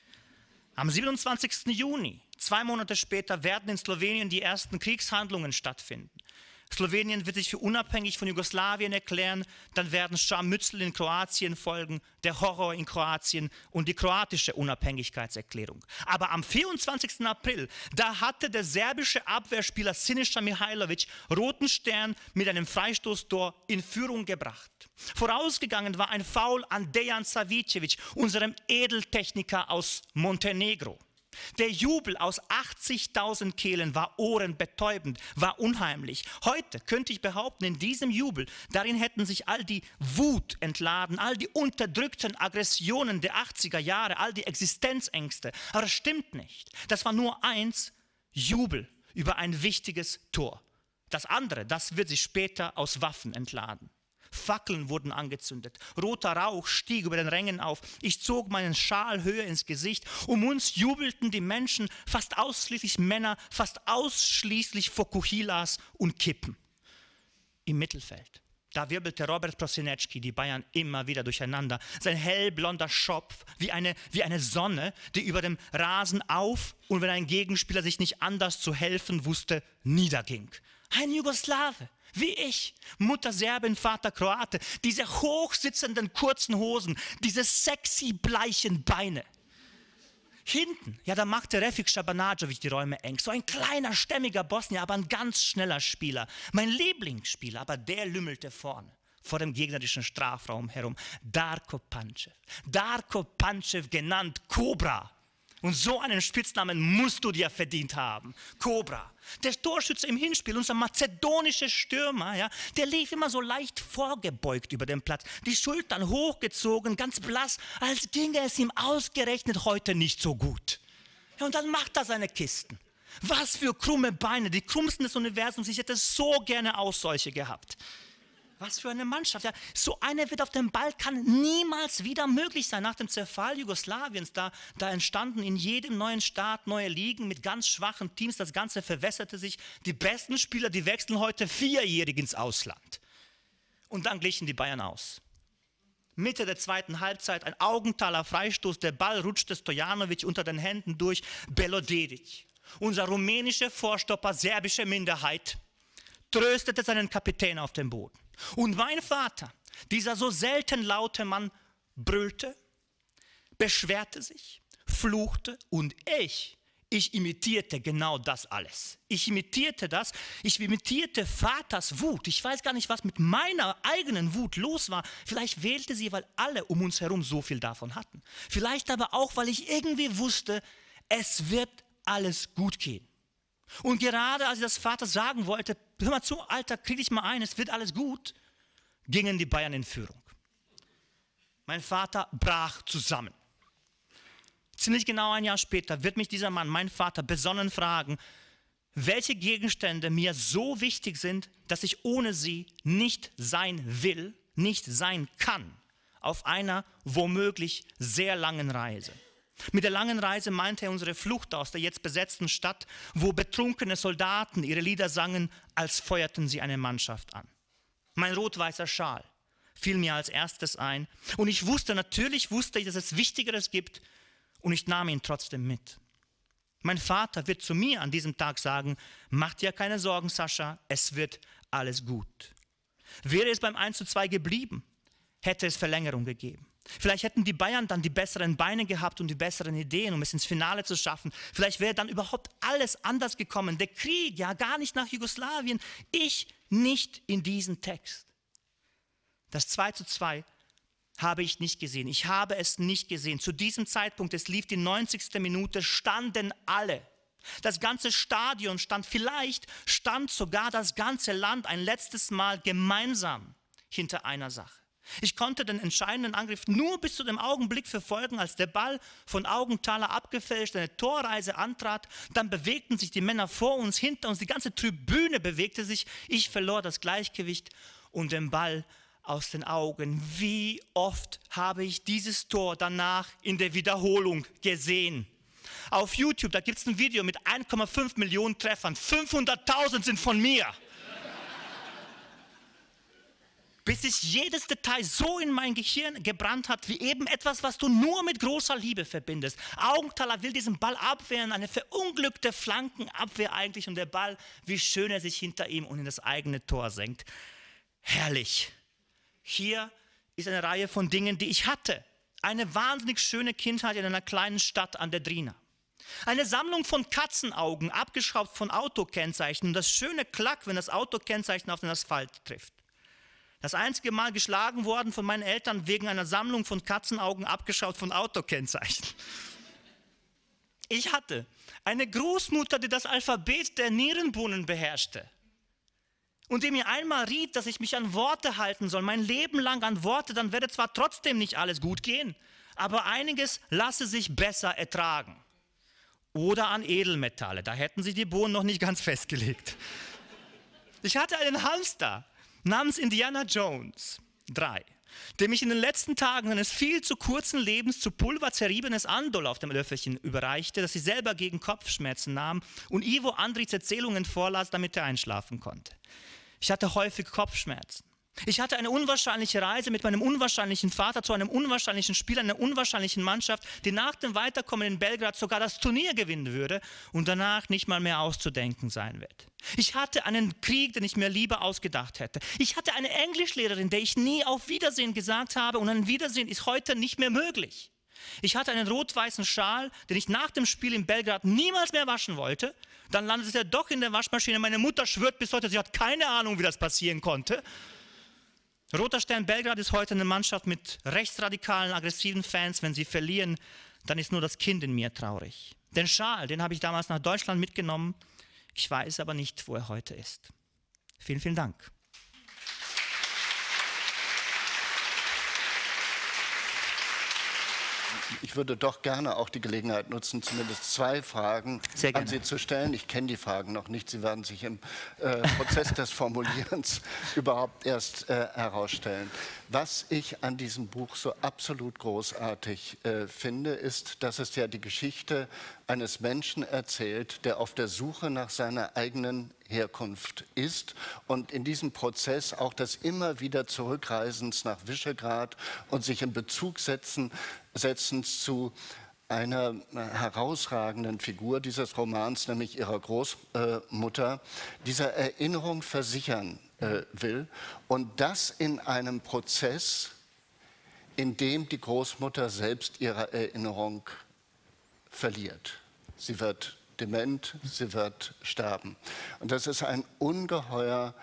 Am siebenundzwanzigsten Juni, zwei Monate später, werden in Slowenien die ersten Kriegshandlungen stattfinden. Slowenien wird sich für unabhängig von Jugoslawien erklären, dann werden Scharmützel in Kroatien folgen, der Horror in Kroatien und die kroatische Unabhängigkeitserklärung. Aber am vierundzwanzigsten April, da hatte der serbische Abwehrspieler Siniša Mihajlović Roten Stern mit einem Freistoßtor in Führung gebracht. Vorausgegangen war ein Foul an Dejan Savicevic, unserem Edeltechniker aus Montenegro. Der Jubel aus achtzigtausend Kehlen war ohrenbetäubend, war unheimlich. Heute könnte ich behaupten, in diesem Jubel, darin hätten sich all die Wut entladen, all die unterdrückten Aggressionen der achtziger Jahre, all die Existenzängste. Aber das stimmt nicht. Das war nur eins, Jubel über ein wichtiges Tor. Das andere, das wird sich später aus Waffen entladen. Fackeln wurden angezündet, roter Rauch stieg über den Rängen auf. Ich zog meinen Schal höher ins Gesicht. Um uns jubelten die Menschen, fast ausschließlich Männer, fast ausschließlich Fokuhilas und Kippen. Im Mittelfeld, da wirbelte Robert Prosinecki die Bayern immer wieder durcheinander. Sein hellblonder Schopf wie eine, wie eine Sonne, die über dem Rasen auf und wenn ein Gegenspieler sich nicht anders zu helfen wusste, niederging. Ein Jugoslawe. Wie ich, Mutter Serbin, Vater Kroate, diese hochsitzenden kurzen Hosen, diese sexy bleichen Beine. Hinten, ja, da machte Refik Šabanađović die Räume eng. So ein kleiner, stämmiger Bosnier, aber ein ganz schneller Spieler. Mein Lieblingsspieler, aber der lümmelte vorne, vor dem gegnerischen Strafraum herum. Darko Pančev. Darko Pančev, genannt Cobra. Und so einen Spitznamen musst du dir verdient haben. Cobra. Der Torschütze im Hinspiel, unser mazedonischer Stürmer, ja, der lief immer so leicht vorgebeugt über den Platz. Die Schultern hochgezogen, ganz blass, als ginge es ihm ausgerechnet heute nicht so gut. Ja, und dann macht er seine Kisten. Was für krumme Beine, die krummsten des Universums. Ich hätte so gerne auch solche gehabt. Was für eine Mannschaft. Ja, so eine wird auf dem Balkan niemals wieder möglich sein. Nach dem Zerfall Jugoslawiens, da, da entstanden in jedem neuen Staat neue Ligen mit ganz schwachen Teams. Das Ganze verwässerte sich. Die besten Spieler, die wechseln heute vierjährig ins Ausland. Und dann glichen die Bayern aus. Mitte der zweiten Halbzeit ein Augenthaler Freistoß. Der Ball rutschte Stojanovic unter den Händen durch. Belo Dedić, unser rumänischer Vorstopper, serbische Minderheit, tröstete seinen Kapitän auf dem Boden. Und mein Vater, dieser so selten laute Mann, brüllte, beschwerte sich, fluchte und ich, ich imitierte genau das alles. Ich imitierte das, ich imitierte Vaters Wut. Ich weiß gar nicht, was mit meiner eigenen Wut los war. Vielleicht wählte sie, weil alle um uns herum so viel davon hatten. Vielleicht aber auch, weil ich irgendwie wusste, es wird alles gut gehen. Und gerade als ich das Vater sagen wollte, hör mal zu, Alter, krieg dich mal ein, es wird alles gut, gingen die Bayern in Führung. Mein Vater brach zusammen. Ziemlich genau ein Jahr später wird mich dieser Mann, mein Vater, besonnen fragen, welche Gegenstände mir so wichtig sind, dass ich ohne sie nicht sein will, nicht sein kann, auf einer womöglich sehr langen Reise. Mit der langen Reise meinte er unsere Flucht aus der jetzt besetzten Stadt, wo betrunkene Soldaten ihre Lieder sangen, als feuerten sie eine Mannschaft an. Mein rot-weißer Schal fiel mir als erstes ein und ich wusste, natürlich wusste ich, dass es Wichtigeres gibt und ich nahm ihn trotzdem mit. Mein Vater wird zu mir an diesem Tag sagen, mach dir keine Sorgen, Sascha, es wird alles gut. Wäre es beim eins zu zwei geblieben, hätte es Verlängerung gegeben. Vielleicht hätten die Bayern dann die besseren Beine gehabt und die besseren Ideen, um es ins Finale zu schaffen. Vielleicht wäre dann überhaupt alles anders gekommen. Der Krieg, ja gar nicht nach Jugoslawien. Ich nicht in diesen Text. Das zwei zu zwei habe ich nicht gesehen. Ich habe es nicht gesehen. Zu diesem Zeitpunkt, es lief die neunzigste Minute, standen alle. Das ganze Stadion stand, vielleicht stand sogar das ganze Land ein letztes Mal gemeinsam hinter einer Sache. Ich konnte den entscheidenden Angriff nur bis zu dem Augenblick verfolgen, als der Ball von Augenthaler abgefälscht eine Torreise antrat. Dann bewegten sich die Männer vor uns, hinter uns, die ganze Tribüne bewegte sich. Ich verlor das Gleichgewicht und den Ball aus den Augen. Wie oft habe ich dieses Tor danach in der Wiederholung gesehen? Auf YouTube, da gibt es ein Video mit eins Komma fünf Millionen Treffern. fünfhunderttausend sind von mir. Bis sich jedes Detail so in mein Gehirn gebrannt hat, wie eben etwas, was du nur mit großer Liebe verbindest. Augenthaler will diesen Ball abwehren, eine verunglückte Flankenabwehr eigentlich, und der Ball, wie schön er sich hinter ihm und in das eigene Tor senkt. Herrlich. Hier ist eine Reihe von Dingen, die ich hatte. Eine wahnsinnig schöne Kindheit in einer kleinen Stadt an der Drina. Eine Sammlung von Katzenaugen, abgeschraubt von Autokennzeichen, und das schöne Klack, wenn das Autokennzeichen auf den Asphalt trifft. Das einzige Mal geschlagen worden von meinen Eltern wegen einer Sammlung von Katzenaugen, abgeschaut von Autokennzeichen. Ich hatte eine Großmutter, die das Alphabet der Nierenbohnen beherrschte und die mir einmal riet, dass ich mich an Worte halten soll, mein Leben lang an Worte, dann werde zwar trotzdem nicht alles gut gehen, aber einiges lasse sich besser ertragen. Oder an Edelmetalle, da hätten sich die Bohnen noch nicht ganz festgelegt. Ich hatte einen Hamster namens Indiana Jones, drei, der mich in den letzten Tagen seines viel zu kurzen Lebens zu Pulver zerriebenes Andol auf dem Löffelchen überreichte, das sie selber gegen Kopfschmerzen nahm und Ivo Andriz Erzählungen vorlas, damit er einschlafen konnte. Ich hatte häufig Kopfschmerzen. Ich hatte eine unwahrscheinliche Reise mit meinem unwahrscheinlichen Vater zu einem unwahrscheinlichen Spiel, einer unwahrscheinlichen Mannschaft, die nach dem Weiterkommen in Belgrad sogar das Turnier gewinnen würde und danach nicht mal mehr auszudenken sein wird. Ich hatte einen Krieg, den ich mir lieber ausgedacht hätte. Ich hatte eine Englischlehrerin, der ich nie auf Wiedersehen gesagt habe, und ein Wiedersehen ist heute nicht mehr möglich. Ich hatte einen rot-weißen Schal, den ich nach dem Spiel in Belgrad niemals mehr waschen wollte. Dann landete er doch in der Waschmaschine. Meine Mutter schwört bis heute, sie hat keine Ahnung, wie das passieren konnte. Roter Stern Belgrad ist heute eine Mannschaft mit rechtsradikalen, aggressiven Fans. Wenn sie verlieren, dann ist nur das Kind in mir traurig. Den Schal, den habe ich damals nach Deutschland mitgenommen. Ich weiß aber nicht, wo er heute ist. Vielen, vielen Dank. Ich würde doch gerne auch die Gelegenheit nutzen, zumindest zwei Fragen an Sie zu stellen. Ich kenne die Fragen noch nicht. Sie werden sich im äh, Prozess des Formulierens überhaupt erst äh, herausstellen. Was ich an diesem Buch so absolut großartig äh, finde, ist, dass es ja die Geschichte eines Menschen erzählt, der auf der Suche nach seiner eigenen Herkunft ist und in diesem Prozess auch das immer wieder Zurückreisens nach Visegrad und sich in Bezug setzen, setzens zu einer herausragenden Figur dieses Romans, nämlich ihrer Großmutter, dieser Erinnerung versichern äh, will, und das in einem Prozess, in dem die Großmutter selbst ihre Erinnerung verliert. Sie wird dement, sie wird sterben. Und das ist ein ungeheuer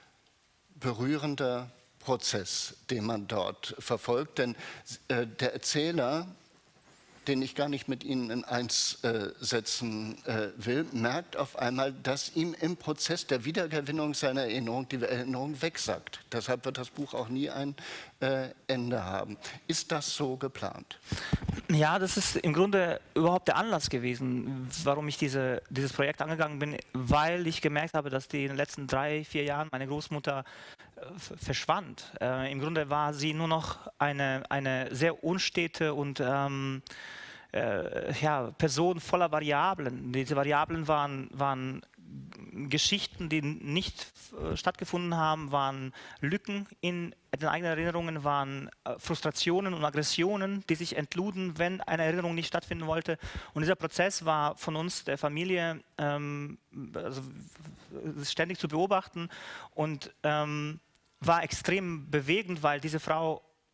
berührender Prozess, den man dort verfolgt. Denn äh, der Erzähler, den ich gar nicht mit Ihnen in eins äh, setzen äh, will, merkt auf einmal, dass ihm im Prozess der Wiedergewinnung seiner Erinnerung die Erinnerung wegsackt. Deshalb wird das Buch auch nie ein äh, Ende haben. Ist das so geplant? Ja, das ist im Grunde überhaupt der Anlass gewesen, warum ich diese, dieses Projekt angegangen bin, weil ich gemerkt habe, dass die in den letzten drei, vier Jahren meine Großmutter äh, verschwand. Äh, Im Grunde war sie nur noch eine, eine sehr unstete und ähm, äh, ja, Person voller Variablen. Diese Variablen waren, waren Geschichten, die nicht äh, stattgefunden haben, waren Lücken in den eigenen Erinnerungen, waren äh, Frustrationen und Aggressionen, die sich entluden, wenn eine Erinnerung nicht stattfinden wollte. Und dieser Prozess war von uns, der Familie, ähm, also, ständig zu beobachten und ähm, war extrem bewegend, weil diese Frau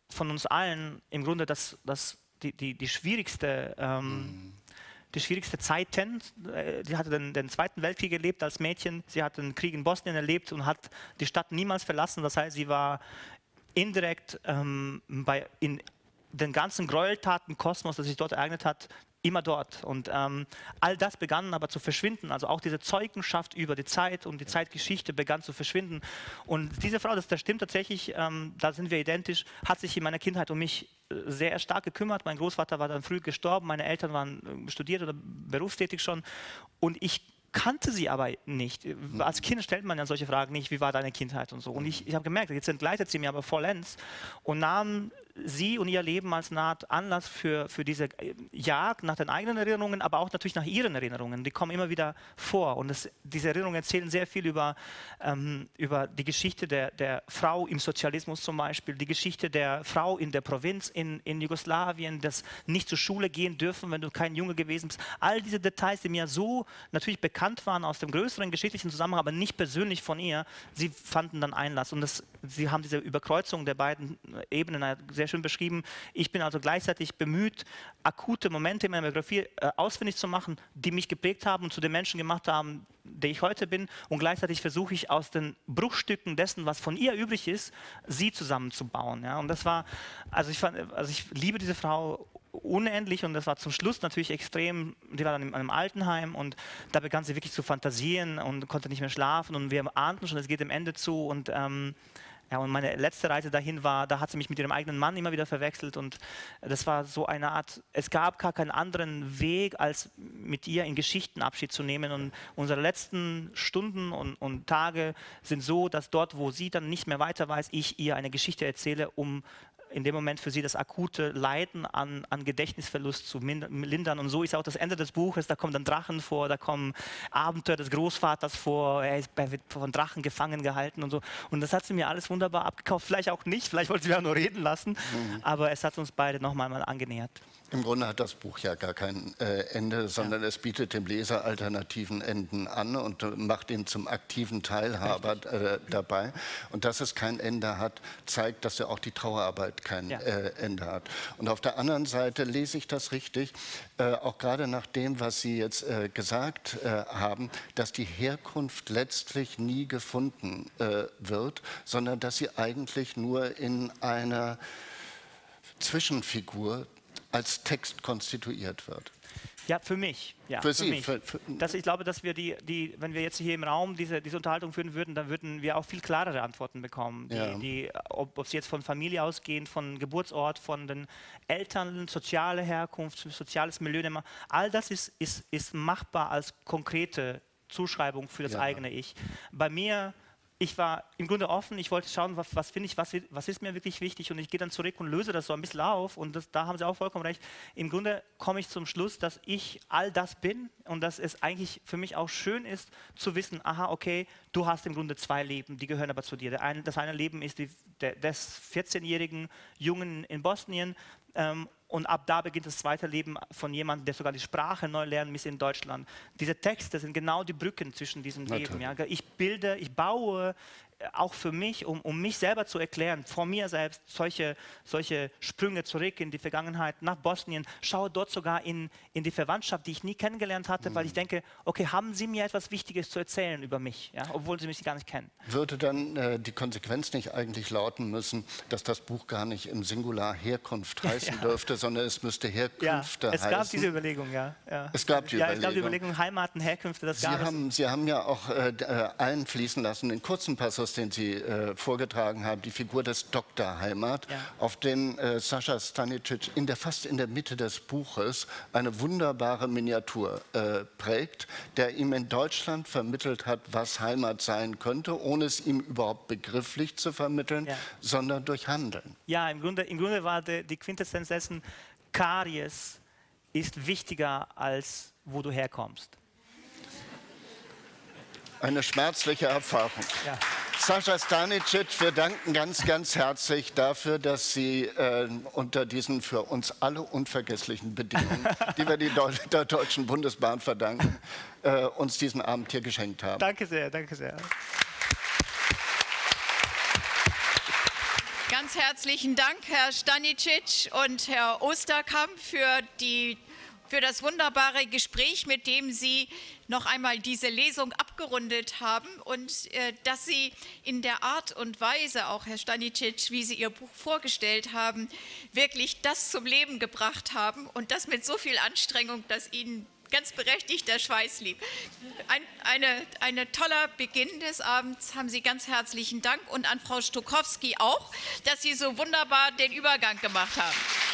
von uns allen im Grunde das, das, die, die, die schwierigste ähm, mhm. die schwierigste Zeiten. Sie hatte den, den Zweiten Weltkrieg erlebt als Mädchen. Sie hat den Krieg in Bosnien erlebt und hat die Stadt niemals verlassen. Das heißt, sie war indirekt ähm, bei, in den ganzen Gräueltaten Kosmos, das sich dort ereignet hat, immer dort. Und ähm, all das begann aber zu verschwinden. Also auch diese Zeugenschaft über die Zeit und die Zeitgeschichte begann zu verschwinden. Und diese Frau, das, das stimmt tatsächlich, ähm, da sind wir identisch, hat sich in meiner Kindheit um mich sehr stark gekümmert. Mein Großvater war dann früh gestorben, meine Eltern waren studiert oder berufstätig schon. Und ich kannte sie aber nicht. Als Kind stellt man ja solche Fragen nicht, wie war deine Kindheit und so. Und ich, ich habe gemerkt, jetzt entgleitet sie mir aber vollends und nahm sie und ihr Leben als eine Art Anlass für, für diese Jagd nach den eigenen Erinnerungen, aber auch natürlich nach ihren Erinnerungen. Die kommen immer wieder vor. Und das, diese Erinnerungen erzählen sehr viel über, ähm, über die Geschichte der, der Frau im Sozialismus zum Beispiel, die Geschichte der Frau in der Provinz in, in Jugoslawien, das nicht zur Schule gehen dürfen, wenn du kein Junge gewesen bist. All diese Details, die mir so natürlich bekannt waren aus dem größeren geschichtlichen Zusammenhang, aber nicht persönlich von ihr, sie fanden dann Einlass. Und das, sie haben diese Überkreuzung der beiden Ebenen sehr schön beschrieben. Ich bin also gleichzeitig bemüht, akute Momente in meiner Biografie äh, ausfindig zu machen, die mich geprägt haben und zu den Menschen gemacht haben, der ich heute bin. Und gleichzeitig versuche ich aus den Bruchstücken dessen, was von ihr übrig ist, sie zusammenzubauen. Ja? Und das war, also ich, fand, also ich liebe diese Frau unendlich und das war zum Schluss natürlich extrem, die war dann in einem Altenheim und da begann sie wirklich zu fantasieren und konnte nicht mehr schlafen und wir ahnten schon, es geht dem Ende zu und ähm, ja, und meine letzte Reise dahin war, da hat sie mich mit ihrem eigenen Mann immer wieder verwechselt und das war so eine Art, es gab gar keinen anderen Weg, als mit ihr in Geschichten Abschied zu nehmen und unsere letzten Stunden und, und Tage sind so, dass dort, wo sie dann nicht mehr weiter weiß, ich ihr eine Geschichte erzähle, um in dem Moment für sie das akute Leiden an, an Gedächtnisverlust zu lindern. Und so ist auch das Ende des Buches, da kommen dann Drachen vor, da kommen Abenteuer des Großvaters vor, er, ist, er wird von Drachen gefangen gehalten und so. Und das hat sie mir alles wunderbar abgekauft, vielleicht auch nicht, vielleicht wollte sie ja nur reden lassen, mhm. aber es hat uns beide noch mal angenähert. Im Grunde hat das Buch ja gar kein äh, Ende, sondern ja. es bietet dem Leser alternativen Enden an und äh, macht ihn zum aktiven Teilhaber äh, dabei. Und dass es kein Ende hat, zeigt, dass ja auch die Trauerarbeit kein ja. äh, Ende hat. Und auf der anderen Seite lese ich das richtig, äh, auch gerade nach dem, was Sie jetzt äh, gesagt äh, haben, dass die Herkunft letztlich nie gefunden äh, wird, sondern dass sie eigentlich nur in einer Zwischenfigur als Text konstituiert wird. Ja, für mich. Ja, für, für Sie? Mich. Für, für das, ich glaube, dass wir die, die, wenn wir jetzt hier im Raum diese, diese Unterhaltung führen würden, dann würden wir auch viel klarere Antworten bekommen. Die, ja. die, ob, ob sie jetzt von Familie ausgehen, von Geburtsort, von den Eltern, soziale Herkunft, soziales Milieu, all das ist, ist, ist machbar als konkrete Zuschreibung für das ja. eigene Ich. Bei mir Ich war im Grunde offen, ich wollte schauen, was, was finde ich, was, was ist mir wirklich wichtig und ich gehe dann zurück und löse das so ein bisschen auf und das, da haben Sie auch vollkommen recht. Im Grunde komme ich zum Schluss, dass ich all das bin und dass es eigentlich für mich auch schön ist zu wissen, aha, okay, du hast im Grunde zwei Leben, die gehören aber zu dir. Der eine, das eine Leben ist die, der, des vierzehnjährigen Jungen in Bosnien, ähm, und ab da beginnt das zweite Leben von jemandem, der sogar die Sprache neu lernen muss in Deutschland. Diese Texte sind genau die Brücken zwischen diesen Leben. Ja. Ich bilde, ich baue auch für mich, um, um mich selber zu erklären, vor mir selbst, solche, solche Sprünge zurück in die Vergangenheit, nach Bosnien, schaue dort sogar in, in die Verwandtschaft, die ich nie kennengelernt hatte, mhm. weil ich denke, okay, haben Sie mir etwas Wichtiges zu erzählen über mich, ja, obwohl Sie mich gar nicht kennen. Würde dann äh, die Konsequenz nicht eigentlich lauten müssen, dass das Buch gar nicht im Singular Herkunft heißen ja. dürfte, sondern es müsste Herkünfte ja, es heißen? Es gab diese Überlegung, ja. ja. Es gab die ja, Überlegung. Es gab die Überlegung, Heimaten, Herkünfte, das Sie gab haben, es. Sie haben ja auch äh, einfließen lassen, den kurzen Passus, den Sie äh, vorgetragen haben, die Figur des Doktor Heimat, ja. auf den äh, Sascha Stanicic in der, fast in der Mitte des Buches eine wunderbare Miniatur äh, prägt, der ihm in Deutschland vermittelt hat, was Heimat sein könnte, ohne es ihm überhaupt begrifflich zu vermitteln, ja. sondern durch Handeln. Ja, im Grunde, im Grunde war die, die Quintessenz dessen, Karies ist wichtiger, als wo du herkommst. Eine schmerzliche Erfahrung. Ja. Sascha Stanicic, wir danken ganz, ganz herzlich dafür, dass Sie äh, unter diesen für uns alle unvergesslichen Bedingungen, die wir die Deu der Deutschen Bundesbahn verdanken, äh, uns diesen Abend hier geschenkt haben. Danke sehr, danke sehr. Ganz ganz herzlichen Dank, Herr Stanicic und Herr Osterkamp, für, die, für das wunderbare Gespräch, mit dem Sie noch einmal diese Lesung abgerundet haben und äh, dass Sie in der Art und Weise, auch Herr Stanicic, wie Sie Ihr Buch vorgestellt haben, wirklich das zum Leben gebracht haben und das mit so viel Anstrengung, dass Ihnen ganz berechtigt der Schweiß lief. Ein eine, eine toller Beginn des Abends. Haben Sie ganz herzlichen Dank und an Frau Stokowski auch, dass Sie so wunderbar den Übergang gemacht haben.